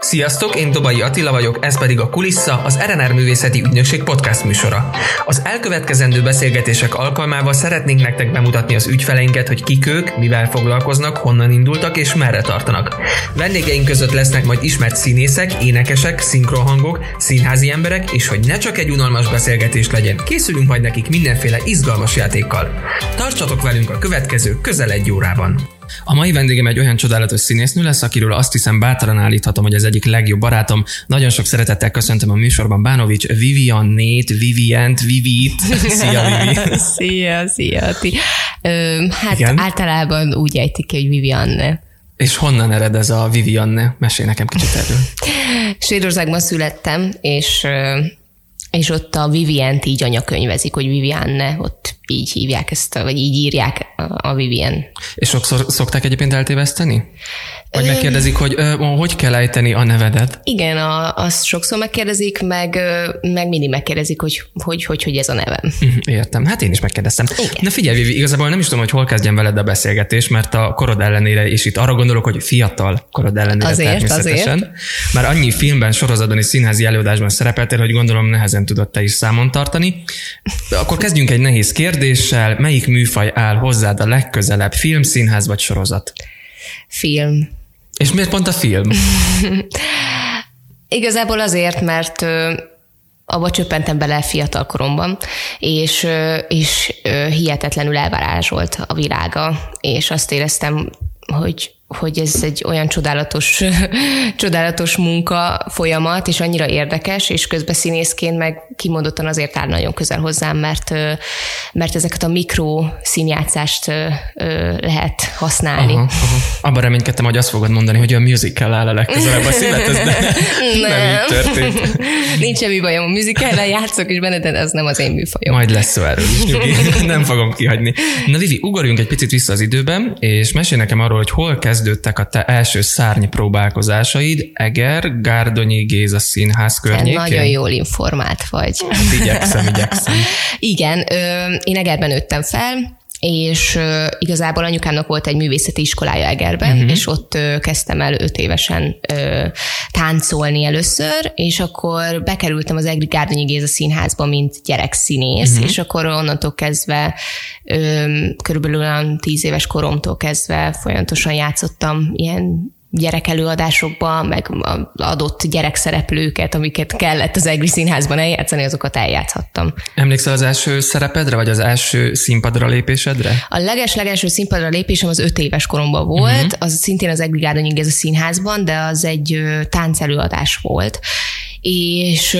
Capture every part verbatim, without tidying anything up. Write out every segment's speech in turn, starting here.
Sziasztok, én Dobai Attila vagyok, ez pedig a Kulissza, az er en er Művészeti Ügynökség podcast műsora. Az elkövetkezendő beszélgetések alkalmával szeretnénk nektek bemutatni az ügyfeleinket, hogy kik ők, mivel foglalkoznak, honnan indultak és merre tartanak. Vendégeink között lesznek majd ismert színészek, énekesek, szinkronhangok, színházi emberek, és hogy ne csak egy unalmas beszélgetés legyen, készülünk majd nekik mindenféle izgalmas játékkal. Tartsatok velünk a következő közel egy órában. A mai vendégem egy olyan csodálatos színésznő lesz, akiről azt hiszem bátran állíthatom, hogy az egyik legjobb barátom. Nagyon sok szeretettel köszöntöm a műsorban Bánovics Viviannét, Vivient, Vivit. Szia, Vivi! Szia, szia, ti. Ö, hát Igen? Általában úgy ejtik ki, hogy Vivianne. És honnan ered ez a Vivianne? Mesélj nekem kicsit erről. Svédországban születtem, és, és ott a Vivient így anyakönyvezik, hogy Vivianne, ott így hívják ezt, vagy így írják a Vivien. És sokszor szokták egyébként eltéveszteni? Vagy megkérdezik, hogy ö, hogy kell ejteni a nevedet? Igen, a, azt sokszor megkérdezik, meg, meg mindig megkérdezik, hogy hogy, hogy hogy ez a nevem. Értem, hát én is megkérdeztem. Igen. Na figyelj, Vivi, igazából nem is tudom, hogy hol kezdjem veled a beszélgetést, mert a korod ellenére, és itt arra gondolok, hogy fiatal korod ellenére azért, természetesen. Azért. Már annyi filmben, sorozatban és színházi előadásban szerepeltél, hogy gondolom nehezen tudod te is számon tartani. Akkor kezdjünk egy nehéz kérdéssel. Melyik műfaj áll hozzád a legközelebb? Film, színház vagy sorozat? Film. És miért pont a film? Igazából azért, mert abba csöppentem bele fiatal koromban, és, és hihetetlenül elvarázsolt a világa, és azt éreztem, hogy, hogy ez egy olyan csodálatos, csodálatos munka folyamat, és annyira érdekes, és közben színészként meg kimondottan azért áll nagyon közel hozzám, mert, mert ezeket a mikro színjátszást lehet használni. Aha, aha. Abban reménykedtem, hogy azt fogod mondani, hogy a musical áll a legközelebb a szívedhez, de nem. nem így történt. Nincs semmi bajom, a musicallel játszok is benne, de ez nem az én műfajom. Majd lesz szó erről is, nyugi. Nem fogom kihagyni. Na Vivi, ugorjunk egy picit vissza az időben, és mesélj nekem arról, hogy hol kezdődtek a te első szárny próbálkozásaid, Eger, Gárdonyi Géza Színház környékén? Te nagyon jól informált vagy. Hát igyekszem, igyekszem. Igen, én Egerben nőttem fel, és uh, igazából anyukámnak volt egy művészeti iskolája Egerben, uh-huh. és ott uh, kezdtem el öt évesen uh, táncolni először, és akkor bekerültem az Egri Gárdonyi Géza Színházba, mint gyerekszínész, uh-huh. és akkor onnantól kezdve, um, körülbelül olyan tíz éves koromtól kezdve folyamatosan játszottam ilyen gyerekelőadásokba, meg adott gyerekszereplőket, amiket kellett az Egri Színházban eljátszani, azokat eljátszhattam. Emlékszel az első szerepedre, vagy az első színpadra lépésedre? A leges-legelső színpadra lépésem az öt éves koromban volt, uh-huh. az szintén az Egri Gárdonyi Géza Színházban, de az egy táncelőadás volt. És,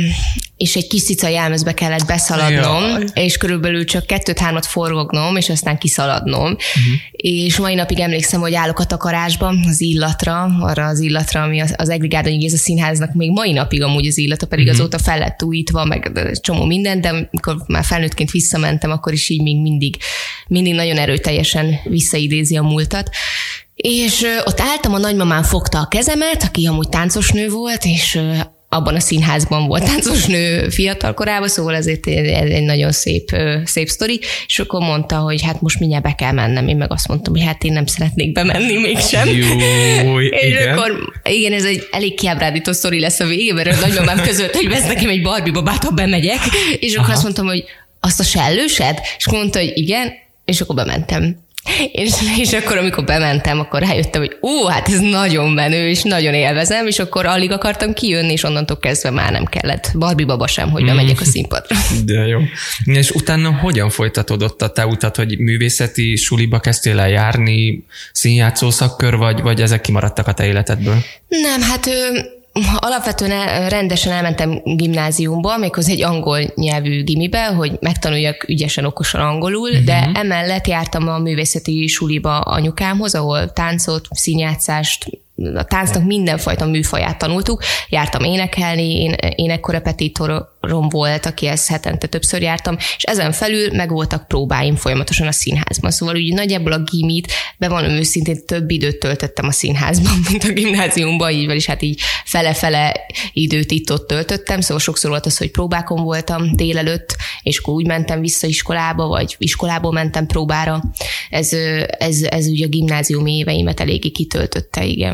és egy kis cica jelmezbe kellett beszaladnom, Jaj. és körülbelül csak kettőt-hármat forgognom, és aztán kiszaladnom. Uh-huh. És mai napig emlékszem, hogy állok a takarásban az illatra, arra az illatra, ami az, az Egri Gárdonyi Géza Színháznak még mai napig amúgy az illata, pedig uh-huh. azóta fel lett újítva, meg csomó minden, de amikor már felnőttként visszamentem, akkor is így még mindig, mindig nagyon erőteljesen visszaidézi a múltat. És ott álltam, a nagymamám fogta a kezemet, aki amúgy táncosnő volt, és abban a színházban volt táncosnő fiatal korában, szóval ezért ez egy nagyon szép, szép sztori, és akkor mondta, hogy hát most mindjárt be kell mennem. Én meg azt mondtam, hogy hát én nem szeretnék bemenni mégsem. Jó, és igen. akkor igen, ez egy elég kiábrándító sztori lesz a végén, mert a nagymamám között, hogy vesz nekem egy Barbie babát, ha bemegyek, és akkor Aha. azt mondtam, hogy azt a sellősed? És akkor mondta, hogy igen, és akkor bementem. És, és akkor, amikor bementem, akkor rájöttem, hogy ó, hát ez nagyon menő, és nagyon élvezem, és akkor alig akartam kijönni, és onnantól kezdve már nem kellett Barbie baba sem, hogy bemegyek a színpadra. De jó. És utána hogyan folytatódott a te utat, hogy művészeti suliba kezdtél el járni, színjátszó szakkör, vagy, vagy ezek kimaradtak a te életedből? Nem, hát... Ö- Alapvetően rendesen elmentem gimnáziumba, méghozzá egy angol nyelvű gimibe, hogy megtanuljak ügyesen, okosan angolul, uh-huh. de emellett jártam a művészeti suliba anyukámhoz, ahol táncot, színjátszást, a táncnak mindenfajta műfaját tanultuk. Jártam énekelni, én énekkorepetitorom volt, akihez hetente többször jártam, és ezen felül meg voltak próbáim folyamatosan a színházban. Szóval úgy nagyjából a gimit, bevallom őszintén, több időt töltöttem a színházban, mint a gimnáziumban, így vagyis hát így fele-fele időt itt-ott töltöttem, szóval sokszor volt az, hogy próbákon voltam délelőtt, és akkor úgy mentem vissza iskolába, vagy iskolából mentem próbára. Ez, ez, ez ugye a gimnáziumi éveimet eléggé kitöltötte, igen.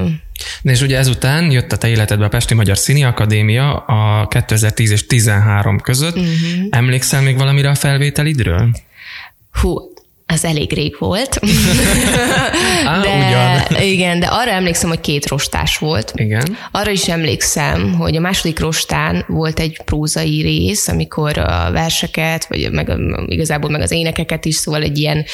Na és ugye ezután jött a te életedbe a Pesti Magyar Színiakadémia a kétezer-tíz és tizenhárom között. Uh-huh. Emlékszel még valamire a felvételidről? Hú, az elég rég volt. Á, de, ugyan. Igen, de arra emlékszem, hogy két rostás volt. Igen. Arra is emlékszem, hogy a második rostán volt egy prózai rész, amikor a verseket, vagy meg, igazából meg az énekeket is, szóval egy ilyen,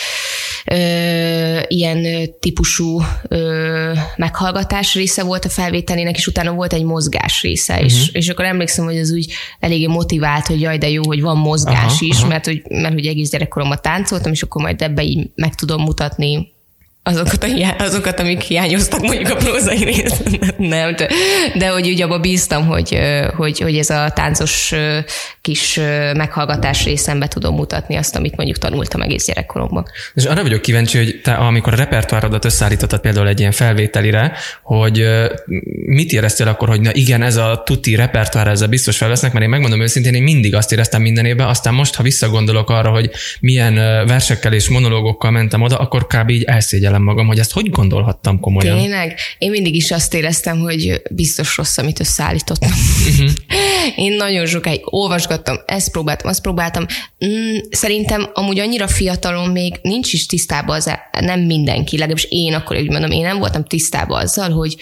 ö, ilyen típusú ö, meghallgatás része volt a felvételének, és utána volt egy mozgás része is. Uh-huh. És akkor emlékszem, hogy az úgy eléggé motivált, hogy jaj, de jó, hogy van mozgás aha, is, aha. mert hogy, mert hogy egész gyerekkoromban táncoltam, és akkor majd ebbe így meg tudom mutatni azokat, a hiá- azokat amik hiányoztak mondjuk a prózai rész. Nem, de, de hogy úgy abba bíztam, hogy, hogy, hogy ez a táncos kis meghallgatás részembe tudom mutatni azt, amit mondjuk tanultam egész gyerekkoromban. És arra vagyok kíváncsi, hogy te amikor a repertoárodat összeállítottad például egy ilyen felvételire, hogy mit éreztél akkor, hogy na igen, ez a tuti repertoár, ezzel biztos felvesznek, mert én megmondom őszintén, én mindig azt éreztem minden évben, aztán most, ha visszagondolok arra, hogy milyen versekkel és monológokkal mentem oda, akkor kb. Így elszégyellem magam, hogy ezt hogy gondolhattam komolyan. Tényleg? Én mindig is azt éreztem, hogy biztos rossz, amit összeállítottam. Uh-huh. Én nagyon sokáig olvasgattam, ezt próbáltam, azt próbáltam. Szerintem amúgy annyira fiatalon még nincs is tisztában az, nem mindenki, legalábbis én akkor úgy mondom, én nem voltam tisztában azzal, hogy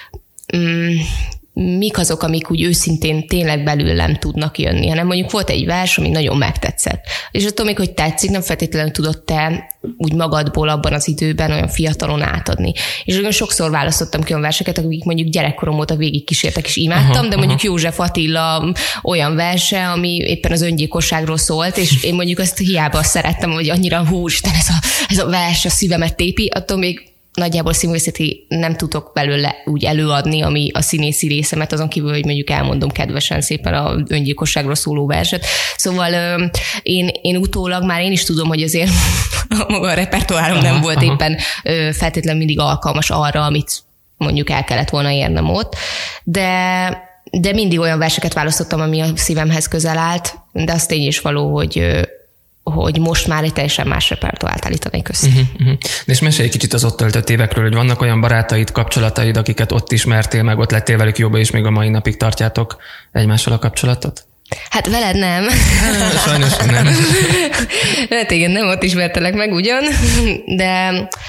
mm, mik azok, amik úgy őszintén tényleg belőlem tudnak jönni, hanem mondjuk volt egy vers, ami nagyon megtetszett. És attól még, hogy tetszik, nem feltétlenül tudod te úgy magadból abban az időben olyan fiatalon átadni. És olyan sokszor választottam ki olyan verseket, akik mondjuk gyerekkorom óta végig kísértek, és imádtam, aha, de mondjuk aha. József Attila olyan verse, ami éppen az öngyilkosságról szólt, és én mondjuk azt hiába szerettem, hogy annyira hústen ez a, ez a vers a szívemet tépi, attól még nagyjából színvészeti nem tudok belőle úgy előadni, ami a színészi részemet, azon kívül, hogy mondjuk elmondom kedvesen szépen a öngyilkosságról szóló verset. Szóval én, én utólag már én is tudom, hogy azért maga a repertoárom nem volt aha. éppen feltétlenül mindig alkalmas arra, amit mondjuk el kellett volna érnem ott, de, de mindig olyan verseket választottam, ami a szívemhez közel állt, de az tény is való, hogy hogy most már egy teljesen más repertoárt állítanék össze. Uh-huh, uh-huh. És mesélj kicsit az ott töltött évekről, hogy vannak olyan barátaid, kapcsolataid, akiket ott ismertél meg, ott lettél velük jóba, és még a mai napig tartjátok egymással a kapcsolatot? Hát veled nem. Sajnos nem. Hát igen, nem ott ismertelek meg ugyan, de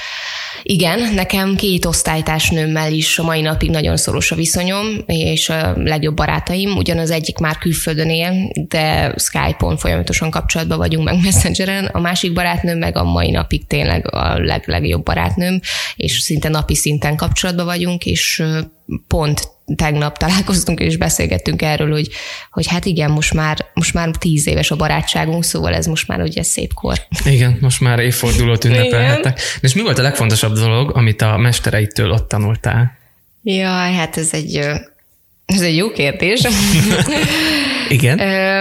igen, nekem két osztálytársnőmmel is a mai napig nagyon szoros a viszonyom, és a legjobb barátaim, ugyan az egyik már külföldön él, de Skype-on folyamatosan kapcsolatban vagyunk, meg Messengeren, a másik barátnőm meg a mai napig tényleg a leg, legjobb barátnőm, és szinte napi szinten kapcsolatban vagyunk, és pont tegnap találkoztunk, és beszélgettünk erről, hogy, hogy hát igen, most már, most már tíz éves a barátságunk, szóval ez most már ugye szép kor. Igen, most már évfordulót ünnepelhettek. És mi volt a legfontosabb dolog, amit a mestereitől ott tanultál? Jaj, hát ez egy, ez egy jó kérdés. Igen.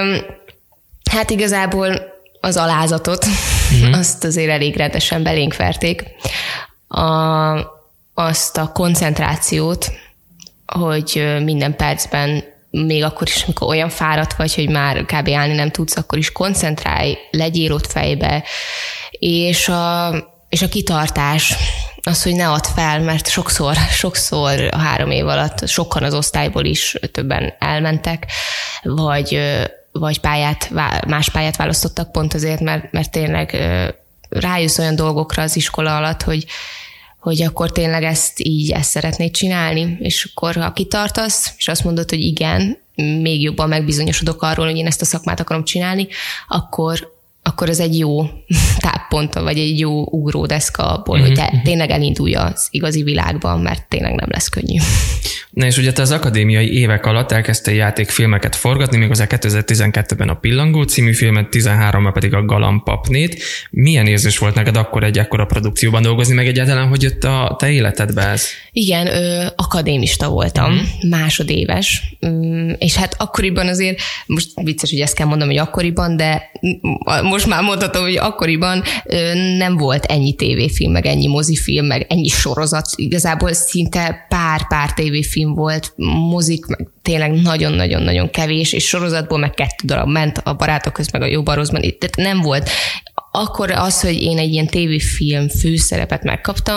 Hát igazából az alázatot, uh-huh. azt azért elég rendesen belénk verték. A, azt a koncentrációt, hogy minden percben, még akkor is, amikor olyan fáradt vagy, hogy már kb. Állni nem tudsz, akkor is koncentrálj, legyél ott fejbe, és a, és a kitartás, az, hogy ne add fel, mert sokszor, sokszor a három év alatt sokan az osztályból is többen elmentek, vagy, vagy pályát, más pályát választottak pont azért, mert, mert tényleg rájössz olyan dolgokra az iskola alatt, hogy hogy akkor tényleg ezt így, ezt szeretnéd csinálni, és akkor ha kitartasz, és azt mondod, hogy igen, még jobban megbizonyosodok arról, hogy én ezt a szakmát akarom csinálni, akkor, akkor ez egy jó táppont, vagy egy jó ugródeszka abból, mm-hmm. hogy te tényleg elindulj az igazi világban, mert tényleg nem lesz könnyű. Na és ugye te az akadémiai évek alatt elkezdtél játékfilmeket forgatni, méghozzá kétezer-tizenkettőben a Pillangó című filmet, tizenháromban pedig a Galambpapnét. Milyen érzés volt neked akkor egy ekkora produkcióban dolgozni, meg egyáltalán, hogy jött a te életedbe ez? Igen, ö, akadémista voltam, mm. másodéves, és hát akkoriban azért, most vicces, hogy ezt kell mondom, hogy akkoriban, de most már mondhatom, hogy akkoriban ö, nem volt ennyi tévéfilm, meg ennyi mozifilm, meg ennyi sorozat, igazából szinte pár-pár tévéfilm volt, mozik, meg tényleg nagyon-nagyon-nagyon kevés, és sorozatból meg kettő darab ment, a Barátok közt, meg a Jó Barozban, tehát nem volt. Akkor az, hogy én egy ilyen tévéfilm főszerepet megkaptam,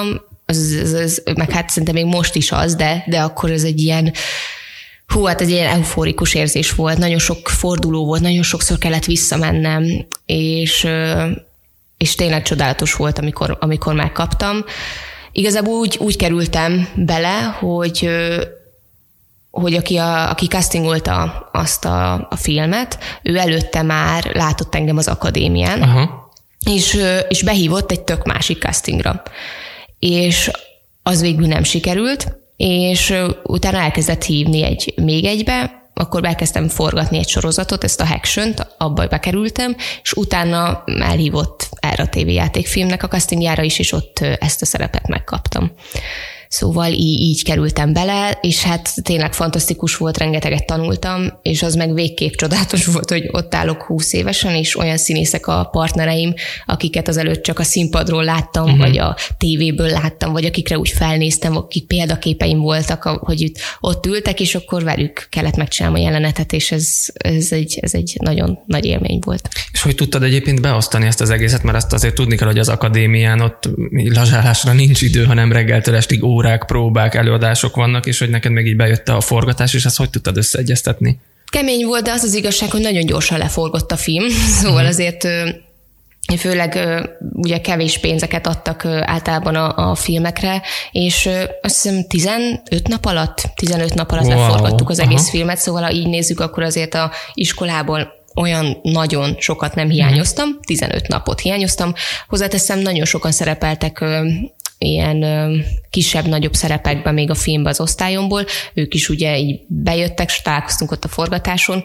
az, az, az, meg hát szerintem még most is az, de, de akkor ez egy ilyen, hú, hát egy ilyen euforikus érzés volt, nagyon sok forduló volt, nagyon sokszor kellett visszamennem, és, és tényleg csodálatos volt, amikor, amikor megkaptam. Igazából úgy, úgy kerültem bele, hogy, hogy aki, a, aki castingolta azt a, a filmet, ő előtte már látott engem az akadémián, aha. És, és behívott egy tök másik castingra. És az végül nem sikerült, és utána elkezdett hívni egy, még egybe, akkor elkezdtem forgatni egy sorozatot, ezt a Haction-t, abba bekerültem, és utána elhívott erre a tévéjátékfilmnek a castingjára is, és ott ezt a szerepet megkaptam. Szóval így, így kerültem bele, és hát tényleg fantasztikus volt, rengeteget tanultam, és az meg végképp csodálatos volt, hogy ott állok húsz évesen, és olyan színészek a partnereim, akiket azelőtt csak a színpadról láttam, uh-huh. vagy a tévéből láttam, vagy akikre úgy felnéztem, akik példaképeim voltak, hogy itt, ott ültek, és akkor velük kellett megcsinálni a jelenetet, és ez, ez, egy, ez egy nagyon nagy élmény volt. És hogy tudtad egyébként beosztani ezt az egészet, mert azt azért tudni kell, hogy az akadémián ott lazsálásra nincs idő, hanem reggeltől estig órák, próbák, előadások vannak, és hogy neked meg így bejött a forgatás, és ezt hogy tudtad összeegyeztetni? Kemény volt, de az az igazság, hogy nagyon gyorsan leforgott a film, szóval hmm. azért főleg ugye kevés pénzeket adtak általában a, a filmekre, és azt hiszem tizenöt nap alatt, tizenöt nap alatt wow. leforgattuk az egész Aha. filmet, szóval ha így nézzük, akkor azért a iskolából olyan nagyon sokat nem hiányoztam, tizenöt napot hiányoztam. Hozzáteszem, nagyon sokan szerepeltek ilyen kisebb-nagyobb szerepekben még a filmben az osztályomból. Ők is ugye így bejöttek, és találkoztunk ott a forgatáson,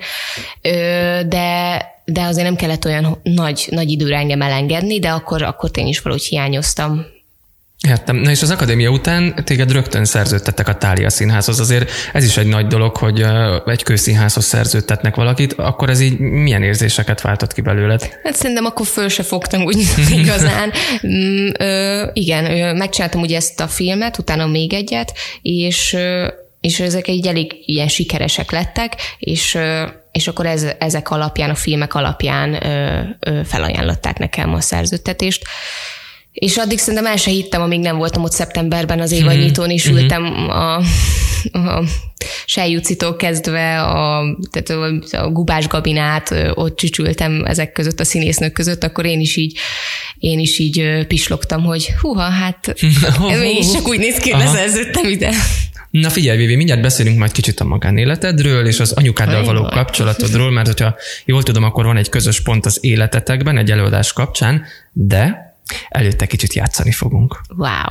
de, de azért nem kellett olyan nagy, nagy időre engem elengedni, de akkor, akkor én is valahogy hiányoztam. Értem. Na és az akadémia után téged rögtön szerződtettek a Thália Színházhoz. Azért ez is egy nagy dolog, hogy egy kőszínházhoz szerződtetnek valakit. Akkor ez így milyen érzéseket váltott ki belőled? Hát szerintem akkor föl se fogtam úgy igazán. Ö, igen, megcsináltam ugye ezt a filmet, utána még egyet, és, és ezek egy elég ilyen sikeresek lettek, és és akkor ez, ezek alapján, a filmek alapján ö, ö, felajánlották nekem a szerződtetést. És addig szerintem el se hittem, amíg nem voltam ott szeptemberben az évadnyitón, és mm-hmm. ültem a, a Selyjucitól kezdve a, tehát a Gubás Gabinát, ott csücsültem ezek között, a színésznők között, akkor én is így, én is így pislogtam, hogy húha, hát mégis csak úgy néz ki, hogy leszerződtem ide. Na figyelj, Vivi, mindjárt beszélünk majd kicsit a magánéletedről, és az anyukáddal való kapcsolatodról, mert hogyha jól tudom, akkor van egy közös pont az életetekben, egy előadás kapcsán, de előtte kicsit játszani fogunk. Wow!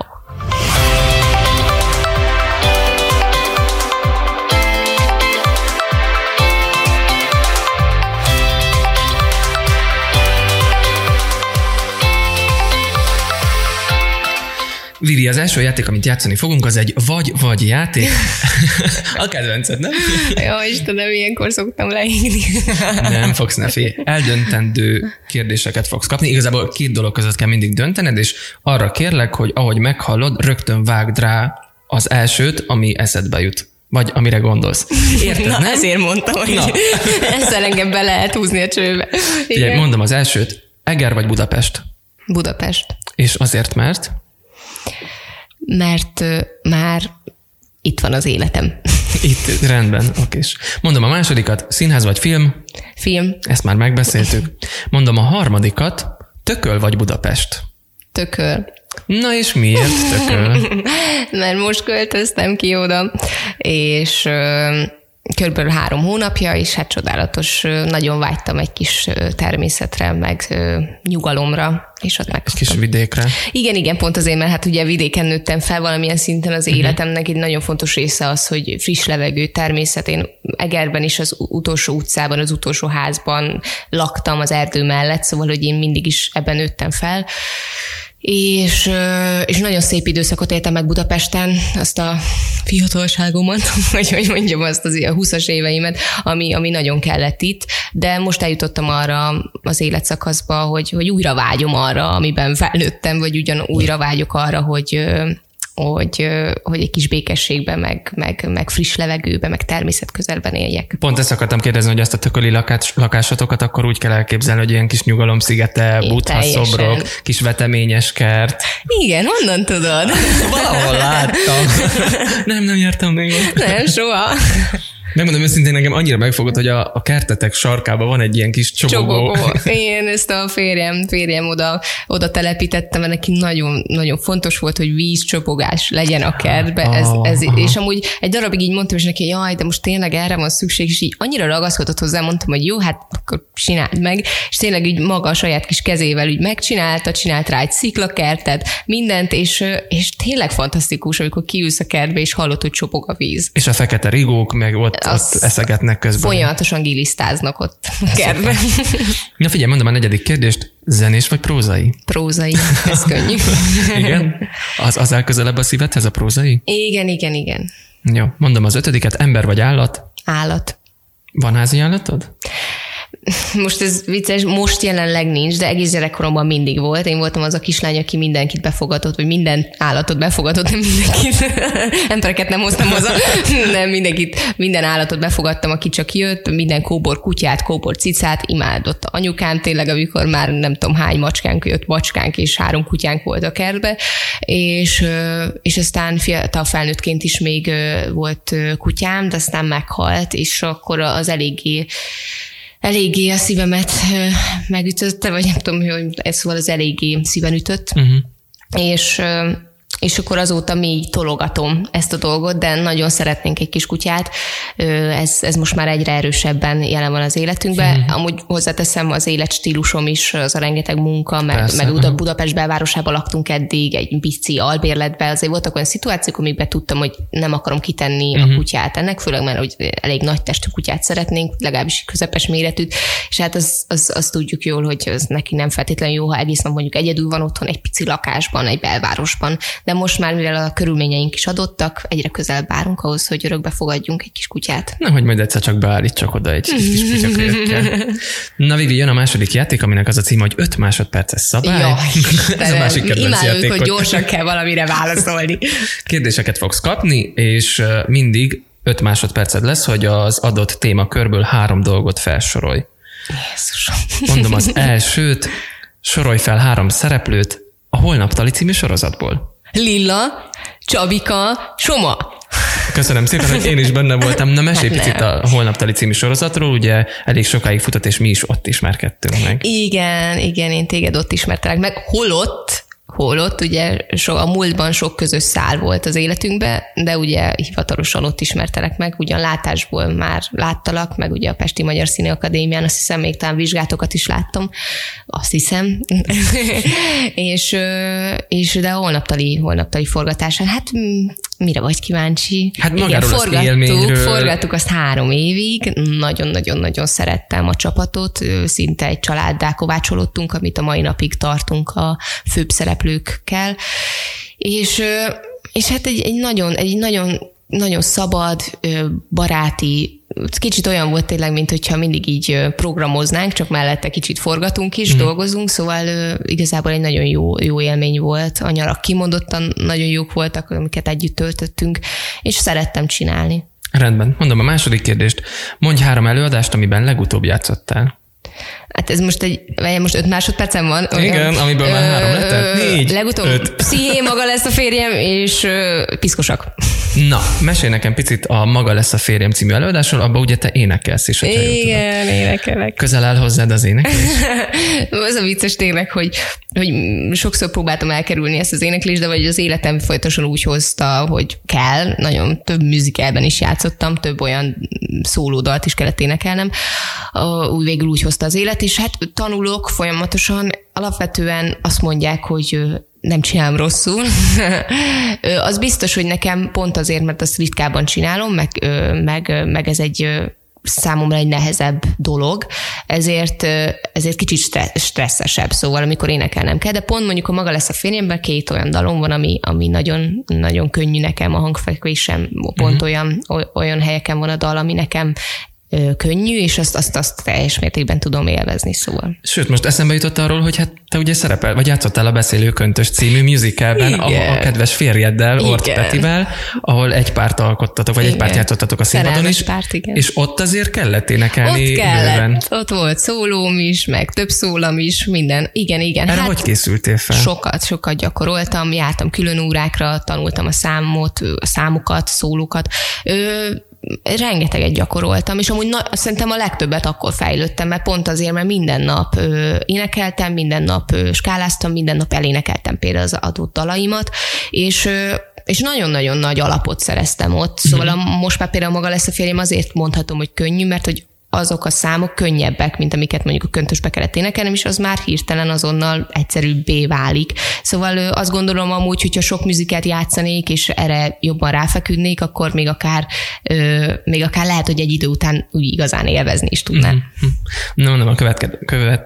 Vivi, az első játék, amit játszani fogunk, az egy vagy-vagy játék. A kedvenced, nem? Jó, Istenem, ilyenkor szoktam leírni. Nem fogsz, ne félj. Eldöntendő kérdéseket fogsz kapni. Igazából két dolog között kell mindig döntened, és arra kérlek, hogy ahogy meghallod, rögtön vágd rá az elsőt, ami eszedbe jut. Vagy amire gondolsz. Érted, Na, nem? ezért mondtam, hogy Na. ezzel engem be lehet húzni a csőbe. Igen. Mondom az elsőt. Eger vagy Budapest? Budapest. És azért, mert? Mert uh, már itt van az életem. Itt, rendben, okés. Mondom a másodikat, színház vagy film? Film. Ezt már megbeszéltük. Mondom a harmadikat, Tököl vagy Budapest? Tököl. Na és miért Tököl? Mert most költöztem ki oda, és uh, körülbelül három hónapja, és hát csodálatos, nagyon vágytam egy kis természetre, meg nyugalomra, és ott megkaptam. Egy kis vidékre. Igen, igen, pont azért, mert hát ugye vidéken nőttem fel valamilyen szinten az életemnek, egy nagyon fontos része az, hogy friss levegő, természet. Én Egerben is az utolsó utcában, az utolsó házban laktam az erdő mellett, szóval, hogy én mindig is ebben nőttem fel. És, és nagyon szép időszakot éltem meg Budapesten, azt a fiatalságomat, vagy hogy mondjam azt az a húszas éveimet, ami, ami nagyon kellett itt, de most eljutottam arra az életszakaszba, hogy, hogy újra vágyom arra, amiben felnőttem, vagy ugyan újra vágyok arra, hogy, hogy, hogy egy kis békességben, meg, meg, meg friss levegőben, meg természetközelben éljek. Pont ezt akartam kérdezni, hogy azt a tököli lakás, lakásotokat akkor úgy kell elképzelni, hogy ilyen kis nyugalomszigete, Buddha szobrok, kis veteményes kert. Igen, honnan tudod? Valahol láttam. nem, nem jártam még ott. Nem, soha. Megmondom őszintén, nekem annyira megfogott, hogy a, a kertetek sarkában van egy ilyen kis csobogó. csobogó. Én ezt a férjem, férjem oda, oda telepítettem, mert neki nagyon, nagyon fontos volt, hogy vízcsobogás legyen a kertbe. Ez, ez, és amúgy egy darabig így mondtam is neki, jaj, de most tényleg erre van szükség, és így annyira ragaszkodott hozzá, mondtam, hogy jó, hát akkor csináld meg. És tényleg így maga a saját kis kezével úgy megcsinálta, csinált rá egy sziklakertet, mindent, és, és tényleg fantasztikus, amikor kiülsz a kertbe, és hallod, hogy csobog a víz. És a fekete rigók, meg ott Ott eszegetnek közben. Folyamatosan gilisztáznak ott a kertben. Na figyelj, mondom a negyedik kérdést. Zenés vagy prózai? Prózai, ez könnyű. Igen? Az, az áll közelebb a szívedhez a prózai? Igen, igen, igen. Jó, mondom az ötödiket. Ember vagy állat? Állat. Van házi állatod? Most ez vicces, most jelenleg nincs, de egész gyerekkoromban mindig volt. Én voltam az a kislány, aki mindenkit befogadott, vagy minden állatot befogadott, nem mindenkit. Embereket nem hoztam haza, nem mindenkit, minden állatot befogadtam, aki csak jött, minden kóbor kutyát, kóbor cicát, imádott anyukám tényleg, amikor már nem tudom hány macskánk jött, macskánk és három kutyánk volt a kertbe, és, és aztán fiatal felnőttként is még volt kutyám, de aztán meghalt, és akkor az eléggé eléggé a szívemet megütötte, vagy nem tudom, hogy ez szóval az eléggé szíven ütött, uh-huh. és, és akkor azóta még tologatom ezt a dolgot, de nagyon szeretnénk egy kis kutyát. Ez, ez most már egyre erősebben jelen van az életünkben. Uh-huh. Amúgy hozzáteszem, az életstílusom is, az a rengeteg munka, meg, meg uh-huh. Budapest belvárosában laktunk eddig, egy pici albérletben, azért voltak olyan szituációk, amikben tudtam, hogy nem akarom kitenni uh-huh. a kutyát ennek, főleg mert hogy elég nagy testű kutyát szeretnénk, legalábbis közepes méretűt, és hát az, az, az tudjuk jól, hogy az neki nem feltétlenül jó, ha egész nap mondjuk egyedül van otthon, egy pici lakásban, egy belvárosban, de most már, mivel a körülményeink is adottak, egyre közelebb várunk ahhoz, hogy örökbe fogadjunk egy kis kutyát. Nem, hogy majd egyszer csak beállítsak oda egy kis kutyakölyökkel. Na, Vivi, jön a második játék, aminek az a cím, hogy öt másodperces szabály. Jaj, ez a másik kedvenc játék. hogy gyorsan kell valamire válaszolni. Kérdéseket fogsz kapni, és mindig öt másodperced lesz, hogy az adott témakörből három dolgot felsorolj. Jézusom. Mondom az elsőt, sorolj fel három szereplőt a Holnaptali című sorozatból. Lilla, Csabika, Soma. Köszönöm szépen, hogy én is benne voltam. Na, mesélj hát picit a Holnaptali című sorozatról, ugye elég sokáig futott, és mi is ott ismerkedtünk meg. Igen, igen, én téged ott ismertelek meg. Holott, holott, ugye so, a múltban sok közös szál volt az életünkben, de ugye hivatalosan ott ismertelek meg, ugyan látásból már láttalak, meg ugye a Pesti Magyar Színiakadémián, azt hiszem, még talán vizsgátokat is láttam, azt hiszem. és, és de a holnaptali, holnaptali forgatásán, hát mire vagy kíváncsi? Hát magáról igen, forgattuk, élményről. forgattuk azt három évig, nagyon-nagyon-nagyon szerettem a csapatot, szinte egy családdá kovácsolódtunk, amit a mai napig tartunk a főbb szereplőkkel, és, és hát egy, egy nagyon, egy nagyon, nagyon szabad, baráti, kicsit olyan volt tényleg, mint hogyha mindig így programoznánk, csak mellette kicsit forgatunk is, mm. dolgozunk, szóval igazából egy nagyon jó, jó élmény volt. A nyarak kimondottan nagyon jók voltak, amiket együtt töltöttünk, és szerettem csinálni. Rendben. Mondom a második kérdést. Mondj három előadást, amiben legutóbb játszottál. Hát ez most egy, most öt másodpercem van. Igen, amiből ö, már három lett? Négy, legutóbb öt. Psziché, Maga lesz a férjem, és ö, Piszkosak. Na, mesélj nekem picit a Maga lesz a férjem című előadásról, abban ugye te énekelsz is. Igen, énekelek. Közel áll hozzád az éneklés? Az a vicces tényleg, hogy, hogy sokszor próbáltam elkerülni ezt az éneklést, de vagy az életem folyamatosan úgy hozta, hogy kell. Nagyon több musicalben is játszottam, több olyan szólódalt is kellett énekelnem. Úgy végül úgy hozta az élet, és hát tanulok folyamatosan. Alapvetően azt mondják, hogy nem csinálom rosszul. Az biztos, hogy nekem pont azért, mert azt ritkában csinálom, meg, meg, meg ez egy számomra egy nehezebb dolog, ezért, ezért kicsit stresszesebb, szóval amikor énekelnem kell, de pont mondjuk a Maga lesz a férjemben két olyan dalom van, ami, ami nagyon, nagyon könnyű nekem, a hangfekvésem pont uh-huh. olyan, olyan helyeken van a dal, ami nekem könnyű, és azt, azt, azt teljes mértékben tudom élvezni, szóval. Sőt, most eszembe jutott arról, hogy hát te ugye szerepel, vagy játszottál a Beszélő Köntös című musicalben a, a kedves férjeddel, Ort Petivel, ahol egy párt alkottatok, vagy igen. egy párt játszottatok a színpadon is, párt, igen. és ott azért kellett énekelni. Ott kellett, bőven. Ott volt szólóm is, meg több szólam is, minden. Igen, igen. Erre hát hogy készültél fel? Sokat, sokat gyakoroltam, jártam külön órákra, tanultam a számot, a számokat, szólókat. Ö, rengeteget gyakoroltam, és amúgy na, szerintem a legtöbbet akkor fejlődtem, mert pont azért, mert minden nap ö, énekeltem, minden nap ö, skáláztam, minden nap elénekeltem például az adott dalaimat, és ö, és nagyon-nagyon nagy alapot szereztem ott, szóval a, most már például maga lesz a férjem, azért mondhatom, hogy könnyű, mert hogy azok a számok könnyebbek, mint amiket mondjuk a köntösbe kellett énekelnem, és az már hirtelen azonnal egyszerűbbé válik. Szóval azt gondolom amúgy, hogyha sok műzikát játszanék, és erre jobban ráfeküdnék, akkor még akár, még akár lehet, hogy egy idő után úgy igazán élvezni is tudnám. Mm-hmm. Na, mondom a következő, követ...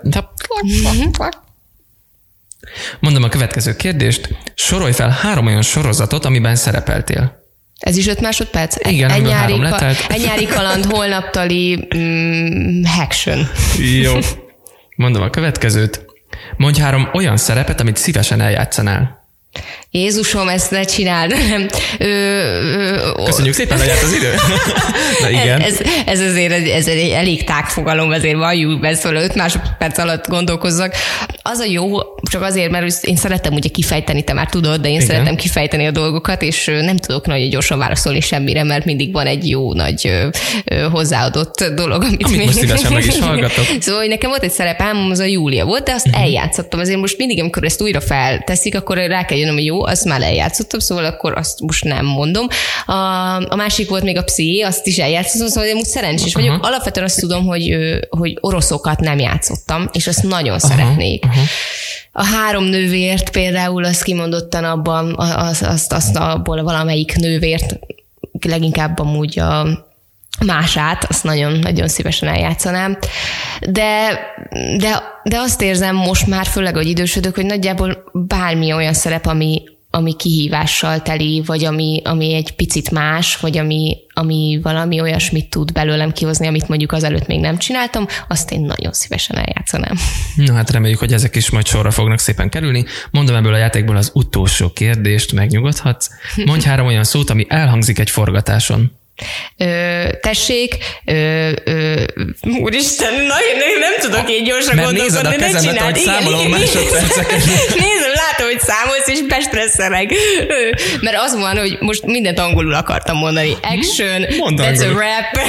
mondom a következő kérdést. Sorolj fel három olyan sorozatot, amiben szerepeltél. Ez is öt másodperc? Igen, egy nyári, ka- egy nyári kaland, holnaptali mm, action. Jó. Mondom a következőt. Mondj három olyan szerepet, amit szívesen eljátszanál. Jézusom, ezt ne csináld. Ö, ö, Köszönjük szépen, lejárt az idő. Na igen. Ez, ez azért ez egy elég tág fogalom, azért valljuk be, szóval öt másodperc alatt gondolkozzak. Az a jó, csak azért, mert én szeretem ugye kifejteni, te már tudod, de én igen. szeretem kifejteni a dolgokat, és nem tudok nagyon gyorsan válaszolni semmire, mert mindig van egy jó nagy hozzáadott dolog, amit, amit még... most szívesen meg is hallgatok. Szóval hogy nekem volt egy szerepem, az a Júlia volt, de azt uh-huh. eljátszottam. Azért most mindig, amikor ezt újra felteszik, akkor rá kell jönnöm, hogy jó, azt már eljátszottam, szóval akkor azt most nem mondom. A, a másik volt még a Psziché, azt is eljátszottam, szóval én most szerencsés vagyok. Uh-huh. Alapvetően azt tudom, hogy, hogy oroszokat nem játszottam, és azt nagyon uh-huh. szeretnék. Uh-huh. A három nővért például azt kimondottan abban, azt, azt, azt abból valamelyik nővért, leginkább amúgy a mását, azt nagyon-nagyon szívesen eljátszanám. De, de, de azt érzem most már, főleg, hogy idősödök, hogy nagyjából bármi olyan szerep, ami, ami kihívással teli, vagy ami, ami egy picit más, vagy ami, ami valami olyasmit tud belőlem kihozni, amit mondjuk azelőtt még nem csináltam, azt én nagyon szívesen eljátszanám. Na hát reméljük, hogy ezek is majd sorra fognak szépen kerülni. Mondom ebből a játékból az utolsó kérdést, megnyugodhatsz. Mondj három olyan szót, ami elhangzik egy forgatáson. Ö, tessék, ö, ö, úristen, nagyon nem tudok így gyorsan mert gondolkodni, ne csináld. Mert nézed a kezemben, hogy számolom másodperceket. Nézem, látom, hogy számolsz, és bestresszelek. Mert az van, hogy most mindent angolul akartam mondani. Action, Mondd that's angolul. A rap.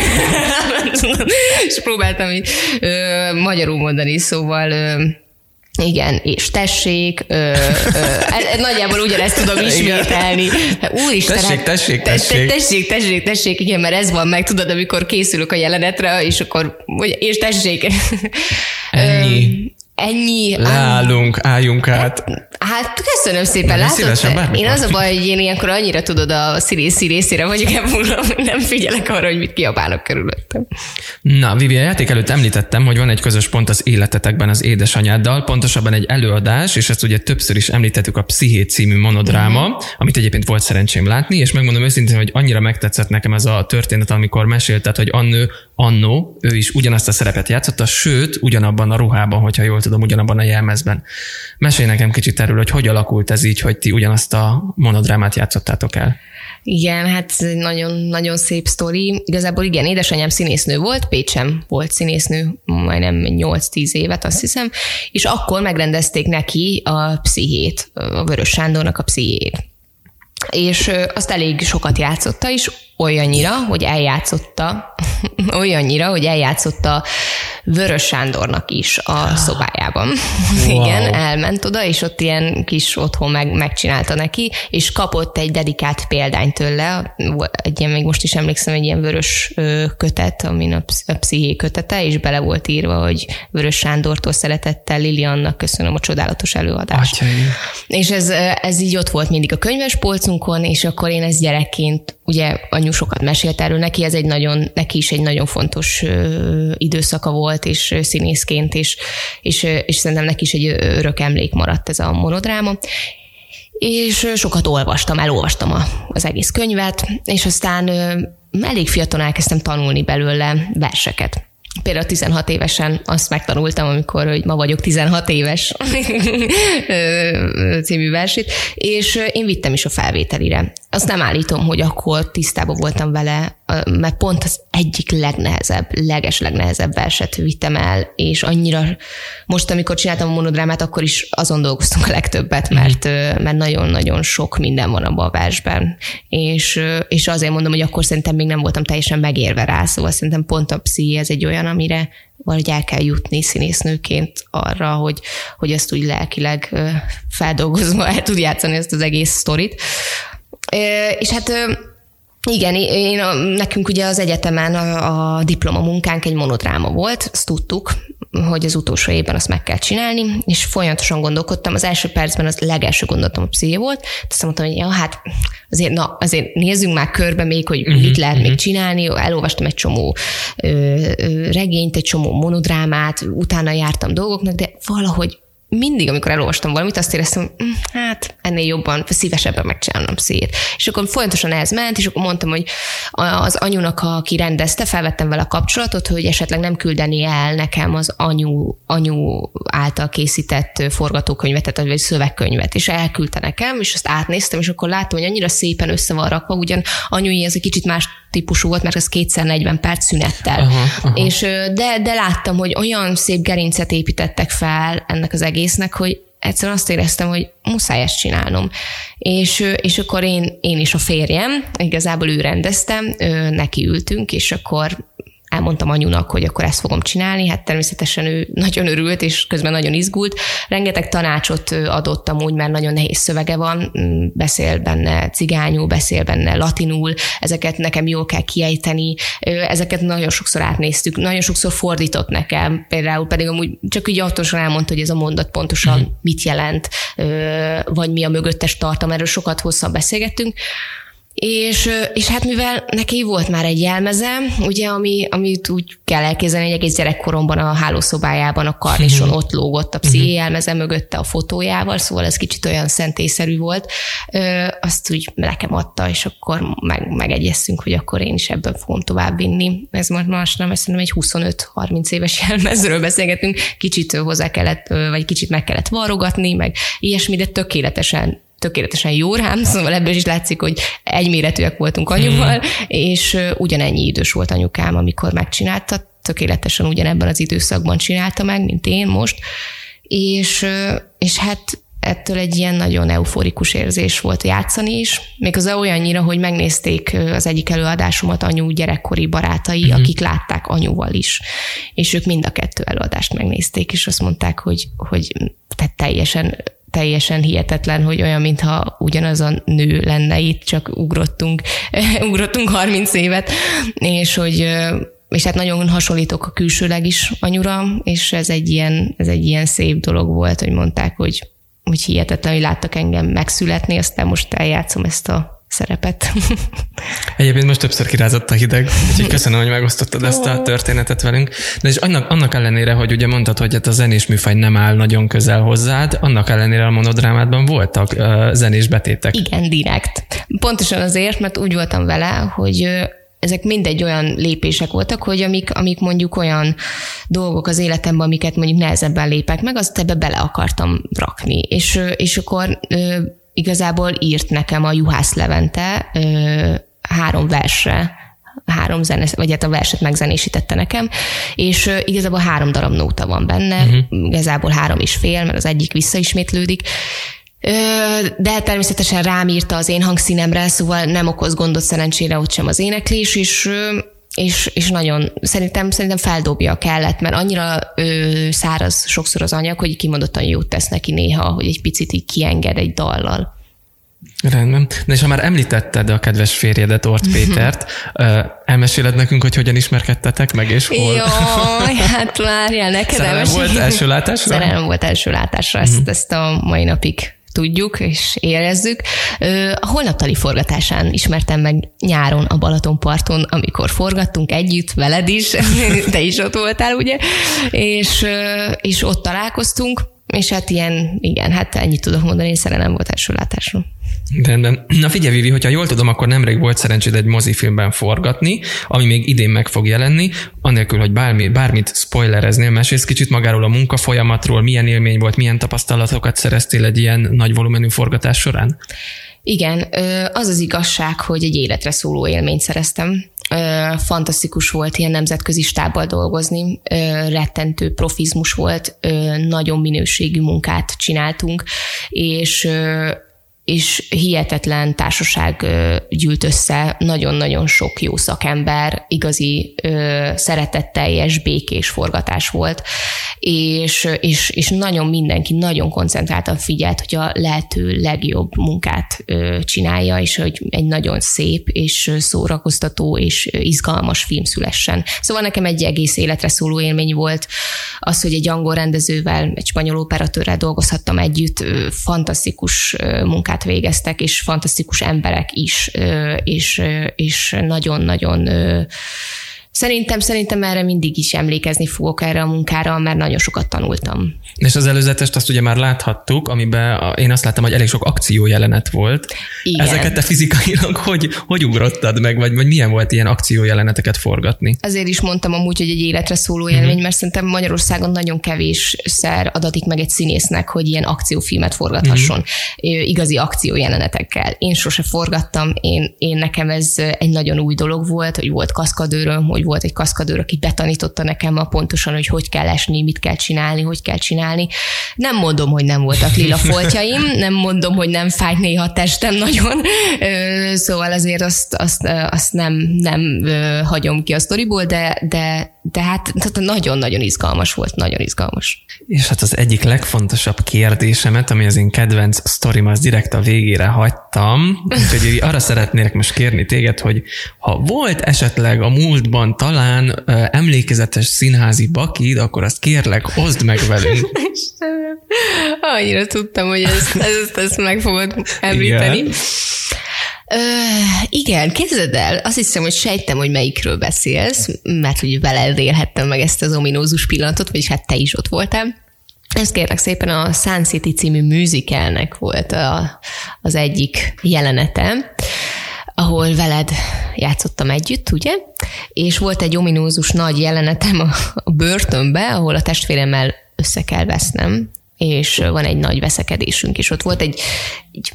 És próbáltam így ö, magyarul mondani, szóval... Ö, igen, és tessék, ö, ö, nagyjából ugyanezt tudom ismételni. Úristen, tessék, tessék, tessék. Tessék, tessék, tessék, igen, mert ez van meg, tudod, amikor készülök a jelenetre, és akkor, és tessék. Ennyi. Ennyi. Leállunk, álljunk át. Hát köszönöm szépen, látod? Én az a baj, hogy én ilyenkor annyira tudod a színészi részére vagyok ebből, hogy nem figyelek arra, hogy mit kiabálok körülöttem. Na, Vivi, a játék előtt említettem, hogy van egy közös pont az életetekben az édesanyáddal, pontosabban egy előadás, és ezt ugye többször is említettük, a Psziché című monodráma, mm-hmm. amit egyébként volt szerencsém látni, és megmondom őszintén, hogy annyira megtetszett nekem ez a történet, amikor mesélted, hogy Annő, annó, ő is ugyanazt a szerepet játszotta, sőt, ugyanabban a ruhában, hogyha jól tudom, ugyanabban a jelmezben. Mesélj nekem kicsit erről, hogy hogy alakult ez így, hogy ti ugyanazt a monodrámát játszottátok el. Igen, hát ez egy nagyon-nagyon szép sztori. Igazából igen, édesanyám színésznő volt, Pécsen volt színésznő, majdnem nyolc-tíz évet, azt hiszem, és akkor megrendezték neki a Pszichét, a Vörös Sándornak a Pszichéjét. És azt elég sokat játszotta is, olyannyira, hogy eljátszotta, olyannyira, hogy eljátszotta Vörös Sándornak is a szobájában. Wow. Igen, elment oda, és ott ilyen kis otthon meg, megcsinálta neki, és kapott egy dedikált példányt tőle, egy ilyen, még most is emlékszem, egy ilyen vörös kötet, amin a Psziché kötete, és bele volt írva, hogy Vörös Sándortól szeretettel, Liliannak köszönöm a csodálatos előadást. Atyai. És ez, ez így ott volt mindig a könyvespolcunkon, és akkor én ezt gyerekként, ugye anyu sokat mesélt erről neki, ez egy nagyon, neki is egy nagyon fontos ö, időszaka volt, és ö, színészként, és, és, ö, és szerintem neki is egy örök emlék maradt ez a monodráma. és sokat olvastam, elolvastam a, az egész könyvet, és aztán elég fiatalon elkezdtem tanulni belőle verseket. Például tizenhat évesen azt megtanultam, amikor hogy ma vagyok tizenhat éves című versét, és én vittem is a felvételire. Azt nem állítom, hogy akkor tisztában voltam vele, mert pont az egyik legnehezebb, leges legnehezebb verset vittem el, és annyira, most amikor csináltam a monodrámát, akkor is azon dolgoztunk a legtöbbet, mert, mert nagyon-nagyon sok minden van abban a versben, és, és azért mondom, hogy akkor szerintem még nem voltam teljesen megérve rá, szóval szerintem pont a psziché ez egy olyan, amire valahogy el kell jutni színésznőként arra, hogy, hogy ezt úgy lelkileg feldolgozva el tud játszani ezt az egész sztorit. És hát igen, én, nekünk ugye az egyetemen a, a diplomamunkánk egy monodráma volt, azt tudtuk, hogy az utolsó évben azt meg kell csinálni, és folyamatosan gondolkodtam, az első percben az legelső gondolatom a psziché volt, azt mondtam, hogy ja, hát azért, na, azért nézzünk már körbe még, hogy uh-huh, mit lehet uh-huh. még csinálni, elolvastam egy csomó ö, ö, regényt, egy csomó monodrámát, utána jártam dolgoknak, de valahogy mindig, amikor elolvastam valamit, azt éreztem, hát ennél jobban, szívesebben megcsinálnom pszichét. És akkor folyamatosan ez ment, és akkor mondtam, hogy az anyunak, aki rendezte, felvettem vele a kapcsolatot, hogy esetleg nem küldeni el nekem az anyu, anyu által készített forgatókönyvet, vagy szövegkönyvet, és elküldte nekem, és azt átnéztem, és akkor láttam, hogy annyira szépen össze van rakva, ugyan anyui ez egy kicsit más típusú volt, mert az kétszer negyven perc szünettel. Aha, aha. És, de, de láttam, hogy olyan szép gerincet építettek fel ennek az egésznek, hogy egyszerűen azt éreztem, hogy muszáj ezt csinálnom. És, és akkor én, én is a férjem, igazából ő rendeztem, neki ültünk, és akkor elmondtam anyunak, hogy akkor ezt fogom csinálni, hát természetesen ő nagyon örült, és közben nagyon izgult. Rengeteg tanácsot adott amúgy, mert nagyon nehéz szövege van, beszél benne cigányul, beszél benne latinul, ezeket nekem jól kell kiejteni, ezeket nagyon sokszor átnéztük, nagyon sokszor fordított nekem, például pedig amúgy csak így autosan elmondta, hogy ez a mondat pontosan uh-huh. mit jelent, vagy mi a mögöttes tartalom, erről sokat hosszan beszélgettünk. És, és hát mivel neki volt már egy jelmeze, ugye, ami, amit úgy kell elképzelni, egy egész gyerekkoromban a hálószobájában a karnison ott lógott a psziché jelmeze mögötte a fotójával, szóval ez kicsit olyan szentélyszerű volt. Ö, azt úgy nekem adta, és akkor meg, megegyeztünk, hogy akkor én is ebből fogom továbbvinni. Ez most más nem, szerintem egy huszonöt-harminc éves jelmezről beszélgetünk, kicsit hozzá kellett, vagy kicsit meg kellett varrogatni, meg ilyesmi, de tökéletesen tökéletesen jó rám, szóval ebből is látszik, hogy egyméretűek voltunk anyuval, hmm. és ugyanennyi idős volt anyukám, amikor megcsinálta, tökéletesen ugyanebben az időszakban csinálta meg, mint én most, és, és hát ettől egy ilyen nagyon euforikus érzés volt játszani is, méghozzá olyannyira, hogy megnézték az egyik előadásomat anyu gyerekkori barátai, hmm. akik látták anyuval is, és ők mind a kettő előadást megnézték, és azt mondták, hogy, hogy tehát teljesen teljesen hihetetlen, hogy olyan, mintha ugyanaz a nő lenne itt, csak ugrottunk, ugrottunk harminc évet, és hogy és hát nagyon hasonlítok a külsőleg is anyura, és ez egy ilyen, ez egy ilyen szép dolog volt, hogy mondták, hogy, hogy hihetetlen, hogy láttak engem megszületni, aztán most eljátszom ezt a szerepet. Egyébként most többször kirázott a hideg, úgyhogy köszönöm, hogy megosztottad ezt a történetet velünk. De és annak, annak ellenére, hogy ugye mondtad, hogy hát a zenés műfaj nem áll nagyon közel hozzád, annak ellenére a monodrámádban voltak uh, zenés betétek. Igen, direkt. Pontosan azért, mert úgy voltam vele, hogy ezek mindegy olyan lépések voltak, hogy amik, amik mondjuk olyan dolgok az életemben, amiket mondjuk nehezebben lépek meg, azt ebbe bele akartam rakni. És, és akkor igazából írt nekem a Juhász Levente ö, három versre, három zene, vagy hát a verset megzenésítette nekem, és ö, igazából három darab nóta van benne, uh-huh. igazából három és fél, mert az egyik visszaismétlődik, ö, de természetesen rám írta az én hangszínemre, szóval nem okoz gondot szerencsére ott sem az éneklés, és ö, És, és nagyon, szerintem, szerintem feldobja kellett, mert annyira ö, száraz sokszor az anyag, hogy kimondottan jót tesz neki néha, hogy egy picit így kienged egy dallal. Rendben. Na és ha már említetted a kedves férjedet, Orth Pétert, elmeséled nekünk, hogy hogyan ismerkedtetek meg, és hol? Jaj, hát várjál, neked Szerelem volt első látásra? Szerelem volt első látásra, ezt, uh-huh. ezt a mai napig tudjuk és érezzük. A holnaptali forgatásán ismertem meg nyáron a Balatonparton, amikor forgattunk együtt, veled is, te is ott voltál, ugye, és, és ott találkoztunk, És hát ilyen, igen, hát ennyit tudok mondani, szerelem volt első látásról. Rendben. Na figyelj, Vivi, hogyha jól tudom, akkor nemrég volt szerencséd egy mozifilmben forgatni, ami még idén meg fog jelenni, anélkül, hogy bármi, bármit spoilereznél, mesélsz kicsit magáról a munkafolyamatról, milyen élmény volt, milyen tapasztalatokat szereztél egy ilyen nagy volumenű forgatás során? Igen, az az igazság, hogy egy életre szóló élményt szereztem. Fantasztikus volt ilyen nemzetközi stábbal dolgozni, rettentő profizmus volt, nagyon minőségű munkát csináltunk, és és hihetetlen társaság gyűlt össze, nagyon-nagyon sok jó szakember, igazi szeretetteljes, békés forgatás volt, és, és, és nagyon mindenki nagyon koncentráltan figyelt, hogy a lehető legjobb munkát csinálja, és hogy egy nagyon szép és szórakoztató és izgalmas film szülessen. Szóval nekem egy egész életre szóló élmény volt az, hogy egy angol rendezővel, egy spanyol operatőrrel dolgozhattam együtt, fantasztikus munkát végeztek, és fantasztikus emberek is, és, és nagyon-nagyon Szerintem, szerintem erre mindig is emlékezni fogok erre a munkára, mert nagyon sokat tanultam. És az előzetest azt ugye már láthattuk, amiben én azt láttam, hogy elég sok akciójelenet volt. Igen. Ezeket te fizikailag hogy, hogy ugrottad meg, vagy, vagy milyen volt ilyen akciójeleneteket forgatni? Azért is mondtam amúgy, hogy egy életre szóló élmény, uh-huh. mert szerintem Magyarországon nagyon kevésszer adatik meg egy színésznek, hogy ilyen akciófilmet forgathasson. Uh-huh. Igazi akciójelenetekkel. Én sose forgattam, én, én nekem ez egy nagyon új dolog volt, hogy volt kaszkadőröm, hogy volt egy kaszkadőr, aki betanította nekem a pontosan, hogy hogy kell esni, mit kell csinálni, hogy kell csinálni. Nem mondom, hogy nem voltak lila foltjaim, nem mondom, hogy nem fájt néha a testem nagyon, szóval azért azt, azt, azt nem, nem hagyom ki a sztoriból, de, de, de hát nagyon-nagyon izgalmas volt, nagyon izgalmas. És hát az egyik legfontosabb kérdésemet, ami az én kedvenc sztorim, az direkt a végére hagytam, úgyhogy arra szeretnélek most kérni téged, hogy ha volt esetleg a múltban talán uh, emlékezetes színházi bakid, akkor azt kérlek, oszd meg velünk. Annyira tudtam, hogy ezt, ezt, ezt meg fogod említeni. Igen. Ö, igen, képzeld el, azt hiszem, hogy sejtem, hogy melyikről beszélsz, mert hogy veled élhettem meg ezt az ominózus pillanatot, vagyis hát te is ott voltál. Ezt kérlek szépen a Sun City című musicalnek volt a, az egyik jelenete, ahol veled játszottam együtt, ugye? És volt egy ominózus nagy jelenetem a, a börtönbe, ahol a testvéremmel össze kell vesznem, és van egy nagy veszekedésünk, és ott volt egy, egy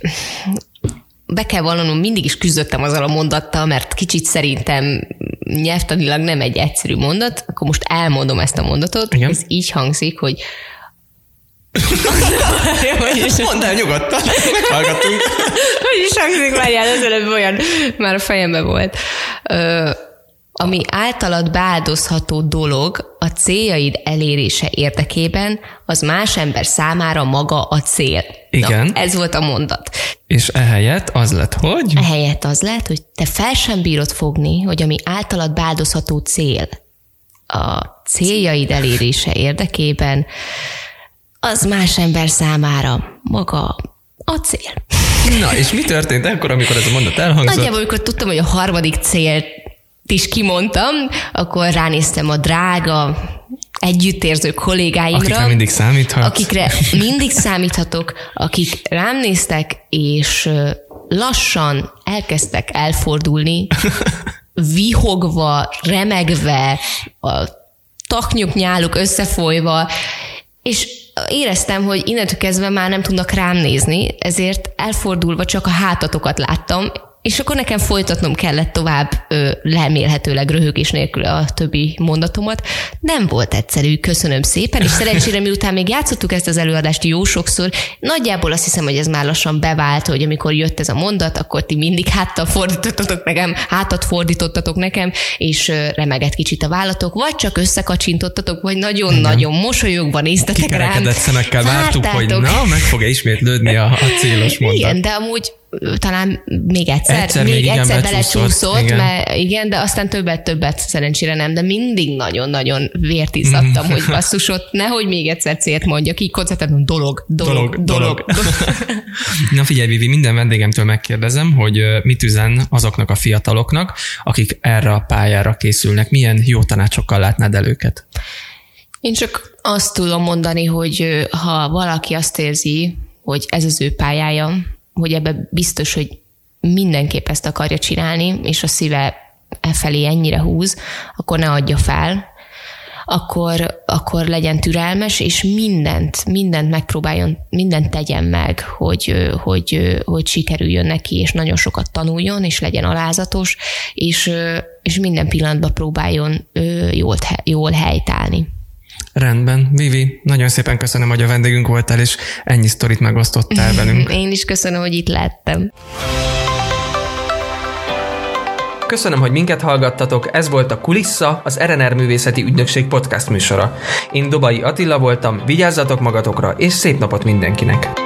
be kell vallanom, mindig is küzdöttem azzal a mondattal, mert kicsit szerintem nyelvtanilag nem egy egyszerű mondat, akkor most elmondom ezt a mondatot, igen. Ez így hangzik, hogy mondd el nyugodtan, meghallgatunk. Hogy is hangzik, várjál, az előbb olyan, már a fejembe volt. Ö, ami általad beáldozható dolog a céljaid elérése érdekében, az más ember számára maga a cél. Igen. Na, ez volt a mondat. És ehelyett az lett, hogy? Ehelyett az lett, hogy te fel sem bírod fogni, hogy ami általad beáldozható cél a céljaid elérése érdekében, az más ember számára maga a cél. Na, és mi történt akkor, amikor ez a mondat elhangzott? Nagyjából, amikor tudtam, hogy a harmadik célt is kimondtam, akkor ránéztem a drága, együttérző kollégáimra. Akikre mindig számíthatsz. Akikre mindig számíthatok, akik rám néztek, és lassan elkezdtek elfordulni, vihogva, remegve, a taknyuk nyáluk összefolyva, és éreztem, hogy innentől kezdve már nem tudnak rám nézni, ezért elfordulva csak a hátatokat láttam, és akkor nekem folytatnom kellett tovább ö, remélhetőleg röhögés nélkül a többi mondatomat. Nem volt egyszerű, köszönöm szépen, és szerencsére miután még játszottuk ezt az előadást jó sokszor, nagyjából azt hiszem, hogy ez már lassan bevált, hogy amikor jött ez a mondat, akkor ti mindig háttal fordítottatok nekem, hátat fordítottatok nekem, és ö, remegett kicsit a vállatok, vagy csak összekacsintottatok, vagy nagyon-nagyon mosolyogva néztetek rám. Kikerekedett szemekkel vártuk, hogy na, meg fog-e ismét lődni a, a célos mondat. Igen, de amúgy talán még egyszer, egyszer még, még egyszer belecsúszott, igen. Mert igen, de aztán többet-többet szerencsére nem, de mindig nagyon-nagyon vért izzadtam, hogy basszus, ott nehogy még egyszer célt mondjak, így koncentráltam, dolog, dolog, dolog. dolog. dolog. Na figyelj, Vivi, minden vendégemtől megkérdezem, hogy mit üzen azoknak a fiataloknak, akik erre a pályára készülnek, milyen jó tanácsokkal látnád el őket? Én csak azt tudom mondani, hogy ha valaki azt érzi, hogy ez az ő pályája, hogy ebbe biztos, hogy mindenképp ezt akarja csinálni, és a szíve e felé ennyire húz, akkor ne adja fel, akkor, akkor legyen türelmes, és mindent, mindent megpróbáljon, mindent tegyen meg, hogy, hogy, hogy sikerüljön neki, és nagyon sokat tanuljon, és legyen alázatos, és, és minden pillanatban próbáljon jól, jól helytállni. Rendben. Vivi, nagyon szépen köszönöm, hogy a vendégünk voltál, és ennyi sztorit megosztottál velünk. Én is köszönöm, hogy itt lehettem. Köszönöm, hogy minket hallgattatok, ez volt a Kulissza, az er en er Művészeti Ügynökség podcast műsora. Én Dobai Attila voltam, vigyázzatok magatokra, és szép napot mindenkinek!